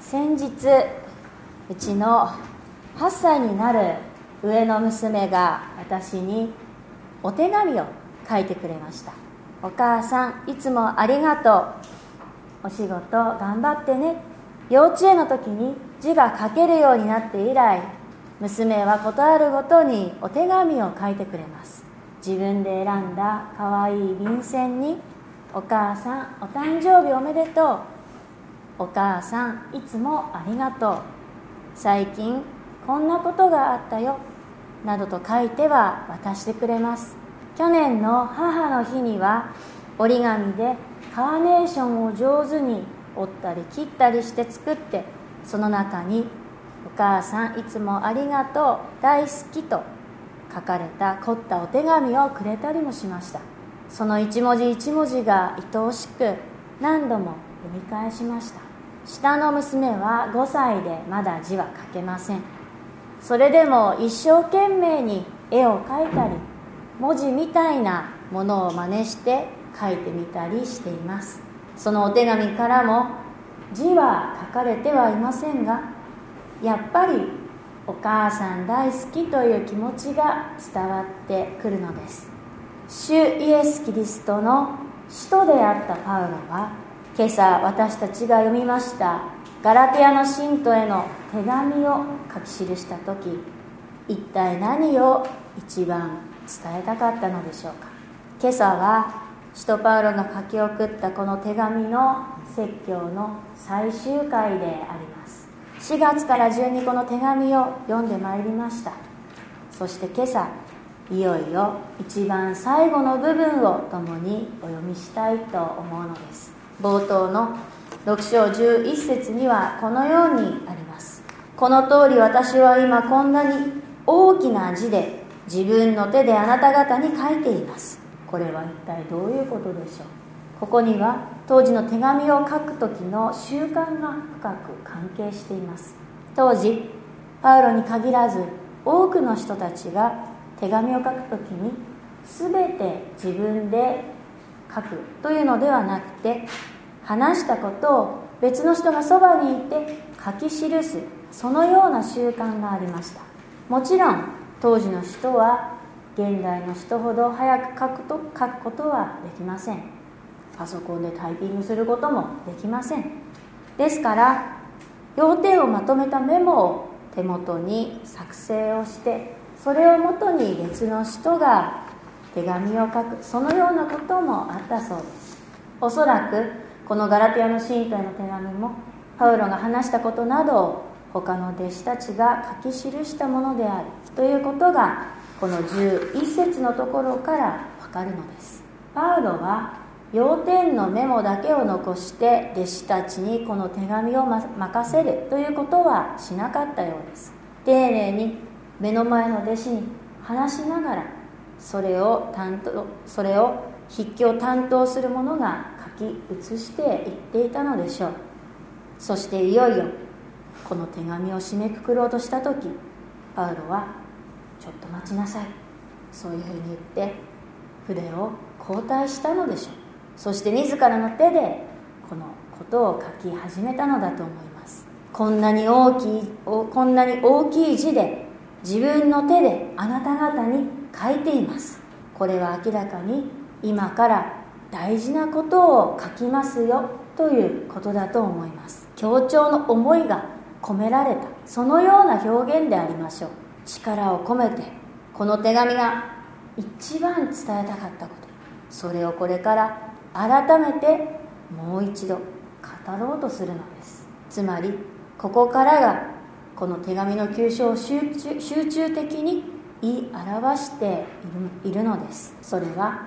先日うちの8歳になる上の娘が私にお手紙を書いてくれました。お母さん、いつもありがとう。お仕事頑張ってね。幼稚園の時に字が書けるようになって以来、娘はことあるごとにお手紙を書いてくれます。自分で選んだかわいい便箋に、お母さんお誕生日おめでとう。お母さんいつもありがとう。最近こんなことがあったよ。などと書いては渡してくれます。去年の母の日には折り紙でカーネーションを上手に折ったり切ったりして作って、その中にお母さんいつもありがとう、大好きと書かれた凝ったお手紙をくれたりもしました。その一文字一文字が愛おしく、何度も読み返しました。下の娘は5歳でまだ字は書けません。それでも一生懸命に絵を描いたり、文字みたいなものを真似して書いてみたりしています。そのお手紙からも字は書かれてはいませんが、やっぱりお母さん大好きという気持ちが伝わってくるのです。主イエス・キリストの使徒であったパウロは、今朝私たちが読みましたガラテヤの信徒への手紙を書き記したとき、一体何を一番伝えたかったのでしょうか。今朝は使徒パウロが書き送ったこの手紙の説教の最終回であります。4月から順にこの手紙を読んでまいりました。そして今朝いよいよ一番最後の部分を共にお読みしたいと思うのです。冒頭の6章11節にはこのようにあります。この通り私は今こんなに大きな字で自分の手であなた方に書いています。これは一体どういうことでしょう。ここには当時の手紙を書く時の習慣が深く関係しています。当時パウロに限らず多くの人たちが手紙を書く時に全て自分で書くというのではなくて、話したことを別の人がそばにいて書き記す、そのような習慣がありました。もちろん当時の人は現代の人ほど早く書くことはできません。パソコンでタイピングすることもできません。ですから要点をまとめたメモを手元に作成をして、それをもとに別の人が手紙を書く、そのようなこともあったそうです。おそらくこのガラテヤの信徒への手紙もパウロが話したことなどを他の弟子たちが書き記したものであるということがこの11節のところからわかるのです。パウロは要点のメモだけを残して弟子たちにこの手紙を任せるということはしなかったようです。丁寧に目の前の弟子に話しながら、それを筆記を担当する者が書き写していっていたのでしょう。そしていよいよこの手紙を締めくくろうとしたとき、パウロはちょっと待ちなさい、そういうふうに言って筆を交代したのでしょう。そして自らの手でこのことを書き始めたのだと思います。こんなに大きい字で自分の手であなた方に書いています。これは明らかに今から大事なことを書きますよということだと思います。強調の思いが込められた、そのような表現でありましょう。力を込めてこの手紙が一番伝えたかったこと、それをこれから改めてもう一度語ろうとするのです。つまりここからがこの手紙の急所を集中的に言い表しているのです。それは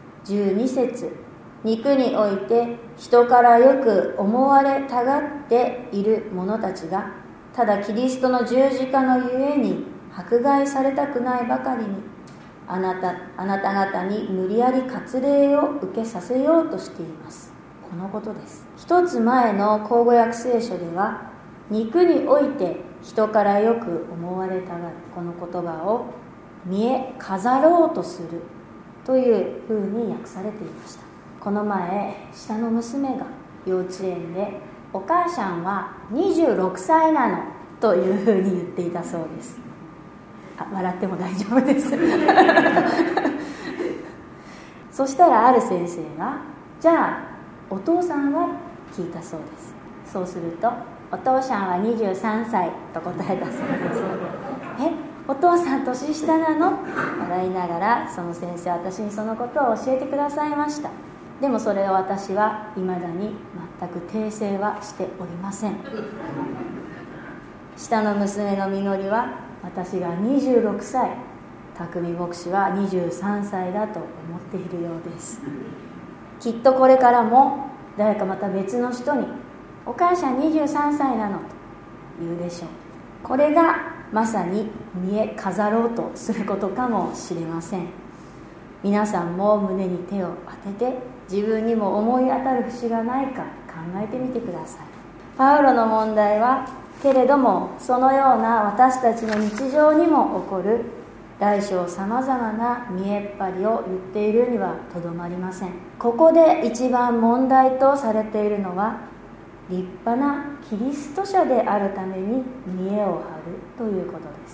12節、肉において人からよく思われたがっている者たちが、ただキリストの十字架のゆえに迫害されたくないばかりに、あなた方に無理やり割礼を受けさせようとしています。このことです。一つ前の口語訳聖書では、肉において人からよく思われたがる、この言葉を見え飾ろうとするというふうに訳されていました。この前、下の娘が幼稚園でお母さんは26歳なのというふうに言っていたそうです。笑っても大丈夫ですそしたらある先生が、じゃあお父さんは聞いたそうです。そうすると、お父さんは23歳と答えたそうです。お父さん年下なの？笑いながらその先生は私にそのことを教えてくださいました。でもそれを私は未だに全く訂正はしておりません。下の娘のみのりは私が26歳、匠牧師は23歳だと思っているようです。きっとこれからも誰かまた別の人に、お母さん23歳なのと言うでしょう。これがまさに見え飾ろうとすることかもしれません。皆さんも胸に手を当てて、自分にも思い当たる節がないか考えてみてください。パウロの問題はけれども、そのような私たちの日常にも起こる大小さまざまな見えっ張りを言っているにはとどまりません。ここで一番問題とされているのは、立派なキリスト者であるために見栄を張るということです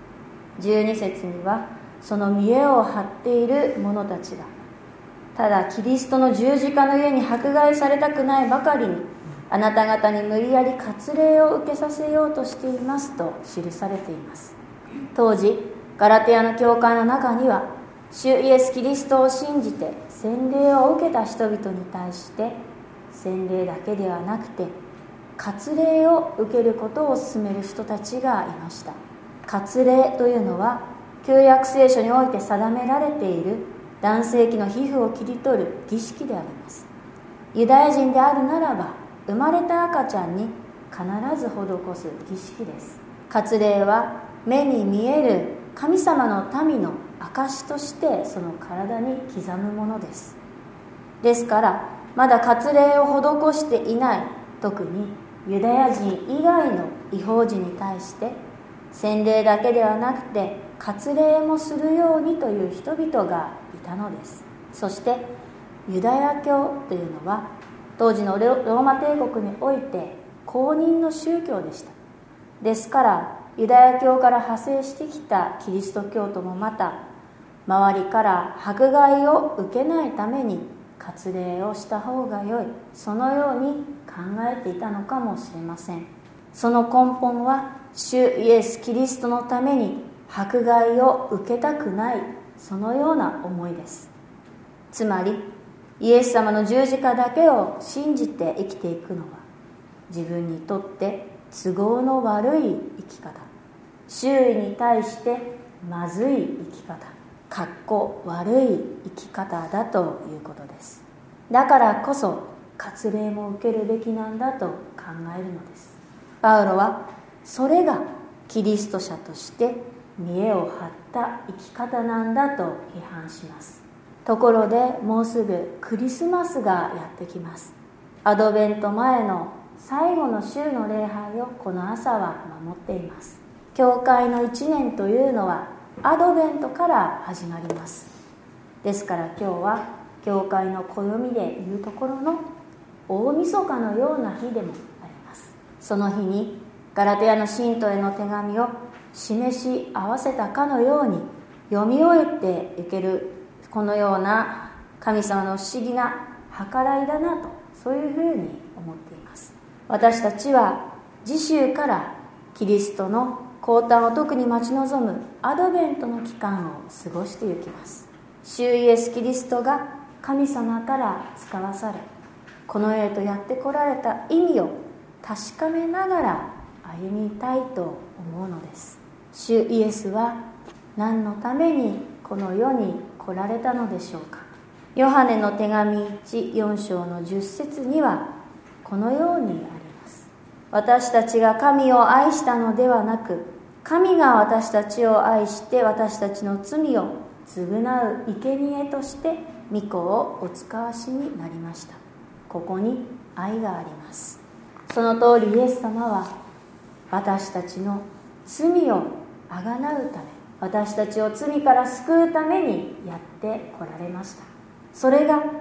。12節には、その見栄を張っている者たちが、ただキリストの十字架の上に迫害されたくないばかりに、あなた方に無理やり割礼を受けさせようとしていますと記されています。当時ガラテヤの教会の中には、主イエス・キリストを信じて洗礼を受けた人々に対して、洗礼だけではなくて割礼を受けることを勧める人たちがいました。割礼というのは旧約聖書において定められている男性器の皮膚を切り取る儀式であります。ユダヤ人であるならば、生まれた赤ちゃんに必ず施す儀式です。割礼は目に見える神様の民の証としてその体に刻むものです。ですからまだ割礼を施していない、特にユダヤ人以外の異邦人に対して洗礼だけではなくて割礼もするようにという人々がいたのです。そしてユダヤ教というのは当時のローマ帝国において公認の宗教でした。ですからユダヤ教から派生してきたキリスト教徒もまた、周りから迫害を受けないために割礼をした方がよい、そのように考えていたのかもしれません。その根本は主イエス・キリストのために迫害を受けたくない、そのような思いです。つまりイエス様の十字架だけを信じて生きていくのは、自分にとって都合の悪い生き方、周囲に対してまずい生き方、かっこ悪い生き方だということです。だからこそ割礼も受けるべきなんだと考えるのです。パウロはそれがキリスト者として見栄を張った生き方なんだと批判します。ところでもうすぐクリスマスがやってきます。アドベント前の最後の週の礼拝をこの朝は守っています。教会の1年というのはアドベントから始まります。ですから今日は教会の暦でいうところの大晦日のような日でもあります。その日にガラテヤの信徒への手紙を示し合わせたかのように読み終えていける、このような神様の不思議な計らいだなと、そういうふうに思っています。私たちは次週からキリストの降誕を特に待ち望むアドベントの期間を過ごしていきます。主イエス・キリストが神様から使わされ、この世へとやってこられた意味を確かめながら歩みたいと思うのです。主イエスは何のためにこの世に来られたのでしょうか。ヨハネの手紙4章の10節にはこのようにあります。私たちが神を愛したのではなく、神が私たちを愛して私たちの罪を償う生贄として御子をお使わしになりました。ここに愛があります。その通りイエス様は私たちの罪をあがなうため、私たちを罪から救うためにやって来られました。それが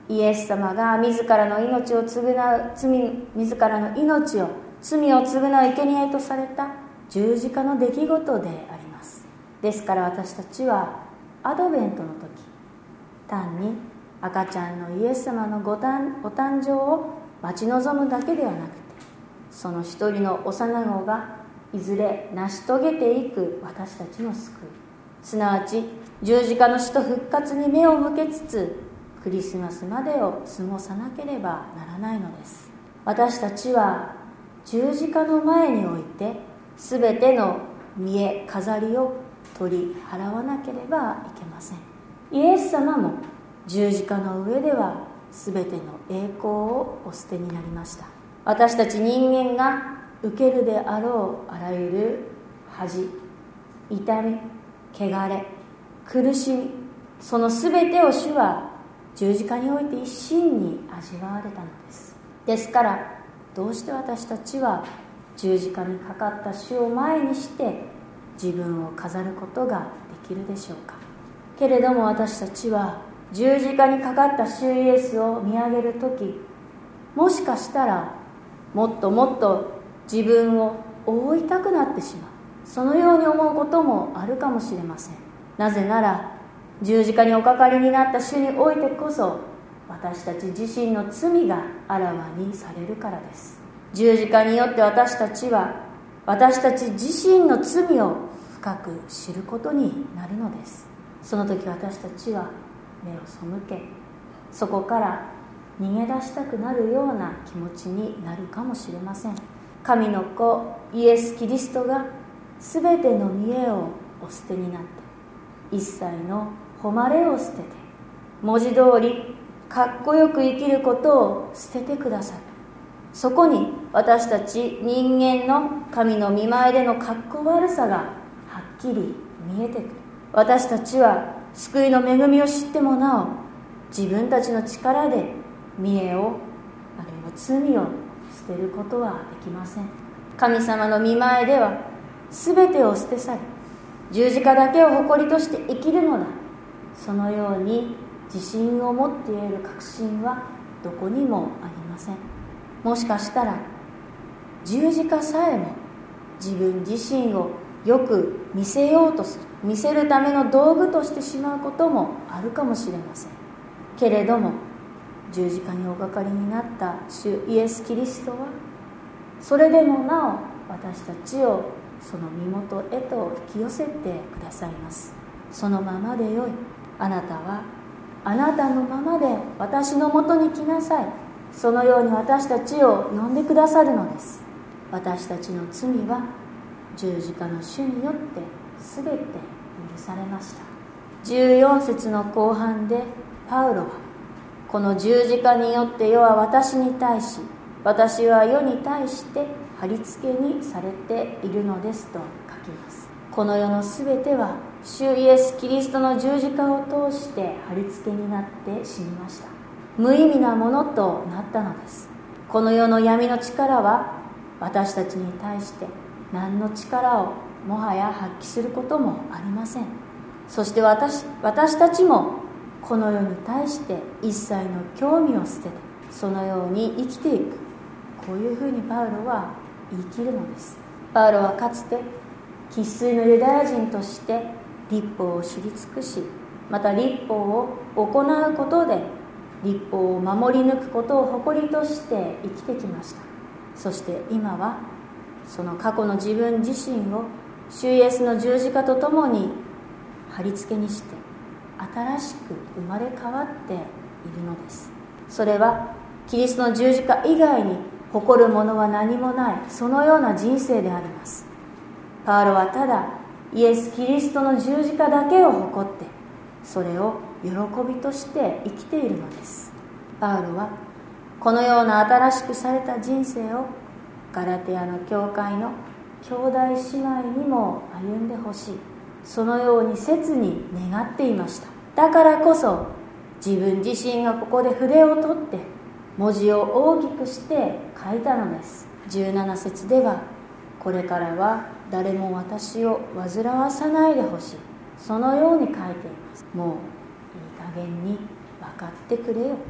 イエス様が自らの命を罪を償う生贄とされた十字架の出来事であります。ですから私たちはアドベントの時、単に赤ちゃんのイエス様のお誕生を待ち望むだけではなくて、その一人の幼子がいずれ成し遂げていく私たちの救い、すなわち十字架の死と復活に目を向けつつクリスマスまでを過ごさなければならないのです。私たちは十字架の前においてすべての見栄飾りを取り払わなければいけません。イエス様も十字架の上ではすべての栄光をお捨てになりました。私たち人間が受けるであろうあらゆる恥、痛み、汚れ、苦しみ、そのすべてを主は十字架において一身に味わわれたのです。ですからどうして私たちは十字架にかかった主を前にして自分を飾ることができるでしょうか。けれども私たちは十字架にかかった主イエスを見上げるとき、もしかしたらもっともっと自分を覆いたくなってしまう、そのように思うこともあるかもしれません。なぜなら十字架におかかりになった主においてこそ私たち自身の罪があらわにされるからです。十字架によって私たちは私たち自身の罪を深く知ることになるのです。その時私たちは目を背け、そこから逃げ出したくなるような気持ちになるかもしれません。神の子イエス・キリストがすべての見栄をお捨てになって、一切の誉れを捨てて、文字通りかっこよく生きることを捨ててくださる。そこに私たち人間の神の御前でのかっこ悪さがはっきり見えてくる。私たちは救いの恵みを知ってもなお、自分たちの力で見栄をあるいは罪を捨てることはできません。神様の御前では全てを捨て去り、十字架だけを誇りとして生きるのだ、そのように自信を持っている確信はどこにもありません。もしかしたら十字架さえも自分自身をよく見せようとする、見せるための道具としてしまうこともあるかもしれません。けれども十字架におかかりになった主イエス・キリストはそれでもなお私たちをその身元へと引き寄せてくださいます。そのままでよい、あなたはあなたのままで私のもとに来なさい、そのように私たちを呼んでくださるのです。私たちの罪は十字架の主によってすべて許されました。14節の後半でパウロはこの十字架によって世は私に対し、私は世に対して貼り付けにされているのですと書きます。この世のすべては主イエス・キリストの十字架を通して貼り付けになって死にました。無意味なものとなったのです。この世の闇の力は私たちに対して何の力をもはや発揮することもありません。そして私たちもこの世に対して一切の興味を捨ててそのように生きていく、こういうふうにパウロは言い切るのです。パウロはかつて生粋のユダヤ人として律法を知り尽くし、また律法を行うことで律法を守り抜くことを誇りとして生きてきました。そして今はその過去の自分自身を主イエスの十字架とともに貼り付けにして新しく生まれ変わっているのです。それはキリストの十字架以外に誇るものは何もない、そのような人生であります。パウロはただイエス・キリストの十字架だけを誇ってそれを喜びとして生きているのです。パウロはこのような新しくされた人生をガラテヤの教会の兄弟姉妹にも歩んでほしい、そのように切に願っていました。だからこそ自分自身がここで筆を取って文字を大きくして書いたのです。17節ではこれからは誰も私を煩わさないでほしい、そのように書いています。もういい加減に分かってくれよ、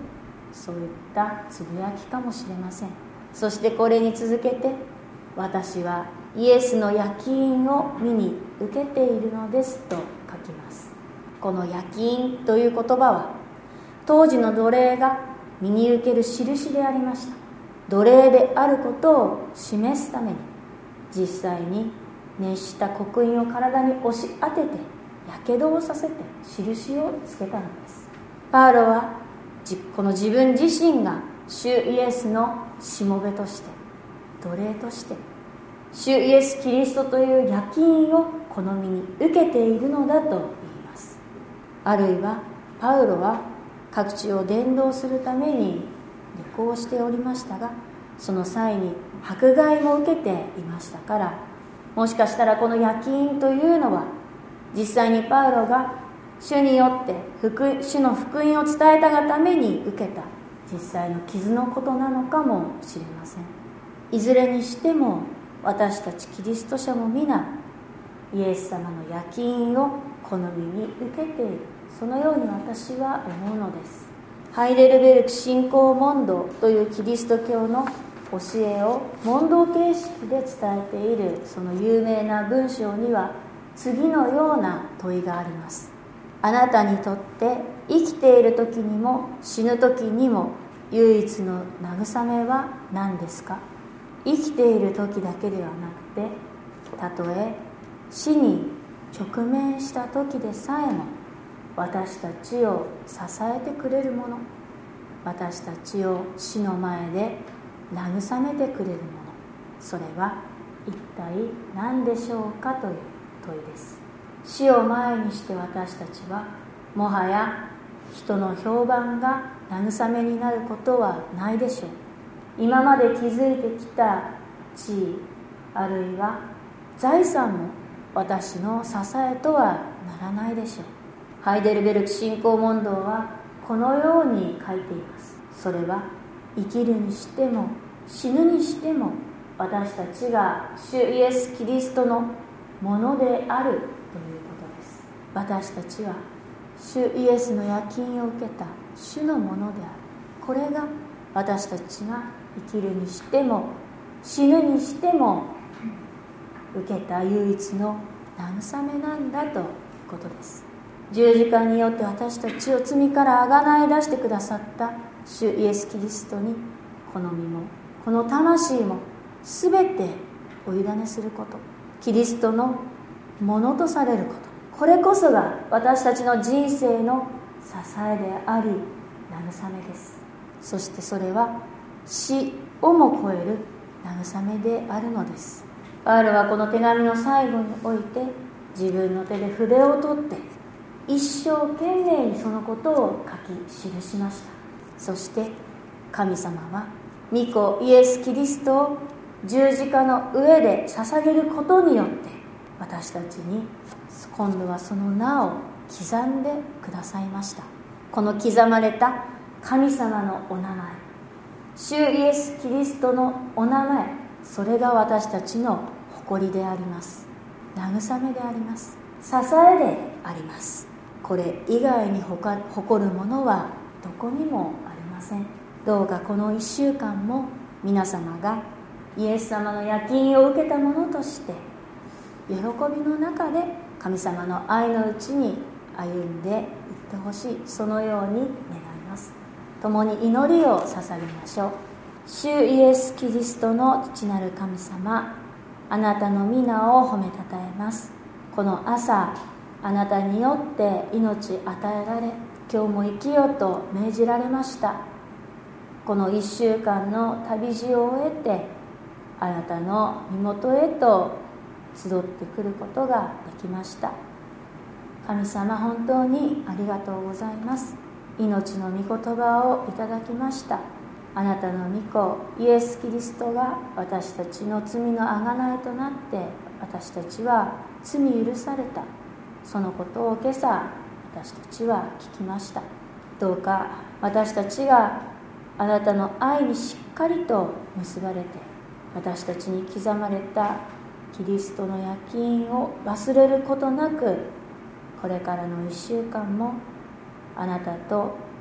そういったつぶやきかもしれません。そしてこれに続けて、私はイエスの焼き印を身に受けているのですと書きます。この焼き印という言葉は、当時の奴隷が身に受ける印でありました。奴隷であることを示すために、実際に熱した刻印を体に押し当てて、やけどをさせて印をつけたのです。パウロはこの自分自身が主イエスのしもべとして、奴隷として、主イエスキリストという焼き印をこの身に受けているのだと言います。あるいはパウロは各地を伝道するために旅行しておりましたが、その際に迫害も受けていましたから、もしかしたらこの焼き印というのは、実際にパウロが主によって主の福音を伝えたがために受けた実際の傷のことなのかもしれません。いずれにしても私たちキリスト者も皆、イエス様の焼き印をこの身に受けている、そのように私は思うのです。ハイデルベルク信仰問答というキリスト教の教えを問答形式で伝えているその有名な文章には、次のような問いがあります。あなたにとって生きている時にも死ぬ時にも唯一の慰めは何ですか？生きている時だけではなくて、たとえ死に直面した時でさえも私たちを支えてくれるもの、私たちを死の前で慰めてくれるもの、それは一体何でしょうかという問いです。死を前にして私たちはもはや人の評判が慰めになることはないでしょう。今まで築いてきた地位、あるいは財産も私の支えとはならないでしょう。ハイデルベルク信仰問答はこのように書いています。それは生きるにしても死ぬにしても私たちが主イエス・キリストのものであるということです。私たちは主イエスの焼き印を受けた主のものである。これが私たちが生きるにしても死ぬにしても受けた唯一の慰めなんだということです。十字架によって私たちを罪からあがない出してくださった主イエス・キリストに、この身もこの魂も全てお委ねすること、キリストのものとされること、これこそが私たちの人生の支えであり慰めです。そしてそれは死をも超える慰めであるのです。パウロはこの手紙の最後において、自分の手で筆を取って一生懸命にそのことを書き記しました。そして神様は御子イエス・キリストを十字架の上で捧げることによって、私たちに今度はその名を刻んでくださいました。この刻まれた神様のお名前、主イエス・キリストのお名前、それが私たちの誇りであります。慰めであります。支えであります。これ以外に誇るものはどこにもありません。どうかこの1週間も皆様がイエス様の焼き印を受けたものとして喜びの中で神様の愛のうちに歩んでいってほしい、そのように願います。共に祈りを捧げましょう。主イエス・キリストの父なる神様、あなたの皆を褒めたたえます。この朝、あなたによって命与えられ、今日も生きよと命じられました。この1週間の旅路を終えて、あなたの身元へと集ってくることができました。神様、本当にありがとうございます。命の御言葉をいただきました。あなたの御子イエス・キリストが私たちの罪のあがないとなって、私たちは罪許された、そのことを今朝私たちは聞きました。どうか私たちがあなたの愛にしっかりと結ばれて、私たちに刻まれたキリストの焼き印を忘れることなく、これからの1週間もあなたと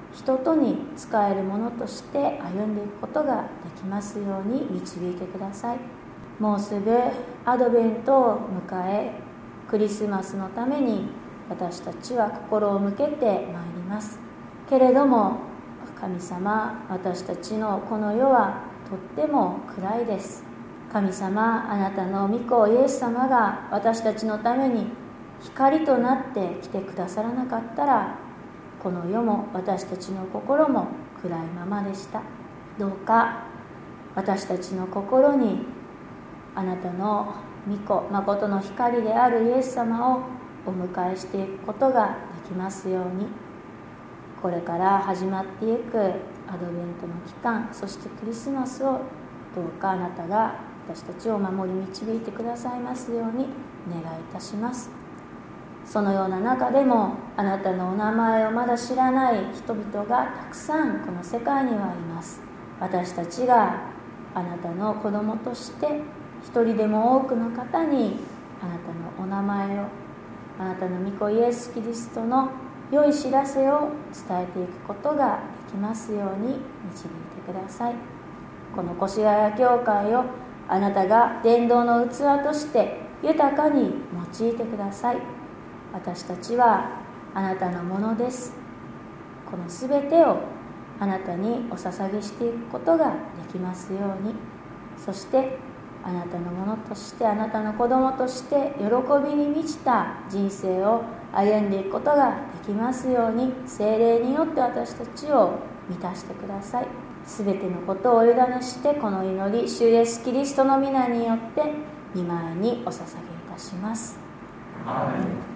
人とに仕えるものとして歩んでいくことができますように導いてください。もうすぐアドベントを迎え、クリスマスのために私たちは心を向けてまいります。けれども神様、私たちのこの世はとっても暗いです。神様、あなたの御子イエス様が私たちのために光となって来てくださらなかったら、この世も私たちの心も暗いままでした。どうか私たちの心にあなたの御子、誠の光であるイエス様をお迎えしていくことができますように。これから始まっていくアドベントの期間、そしてクリスマスをどうかあなたが私たちを守り導いてくださいますようにお願いいたします。そのような中でもあなたのお名前をまだ知らない人々がたくさんこの世界にはいます。私たちがあなたの子供として一人でも多くの方にあなたのお名前を、あなたの御子イエス・キリストの良い知らせを伝えていくことができますように導いてください。この越谷教会をあなたが伝道の器として豊かに用いてください。私たちはあなたのものです。このすべてをあなたにお捧げしていくことができますように、そしてあなたのものとして、あなたの子供として喜びに満ちた人生を歩んでいくことができますように、聖霊によって私たちを満たしてください。すべてのことをお委ねしてこの祈り、主イエスキリストの皆によって御前にお捧げいたします。 アーメン。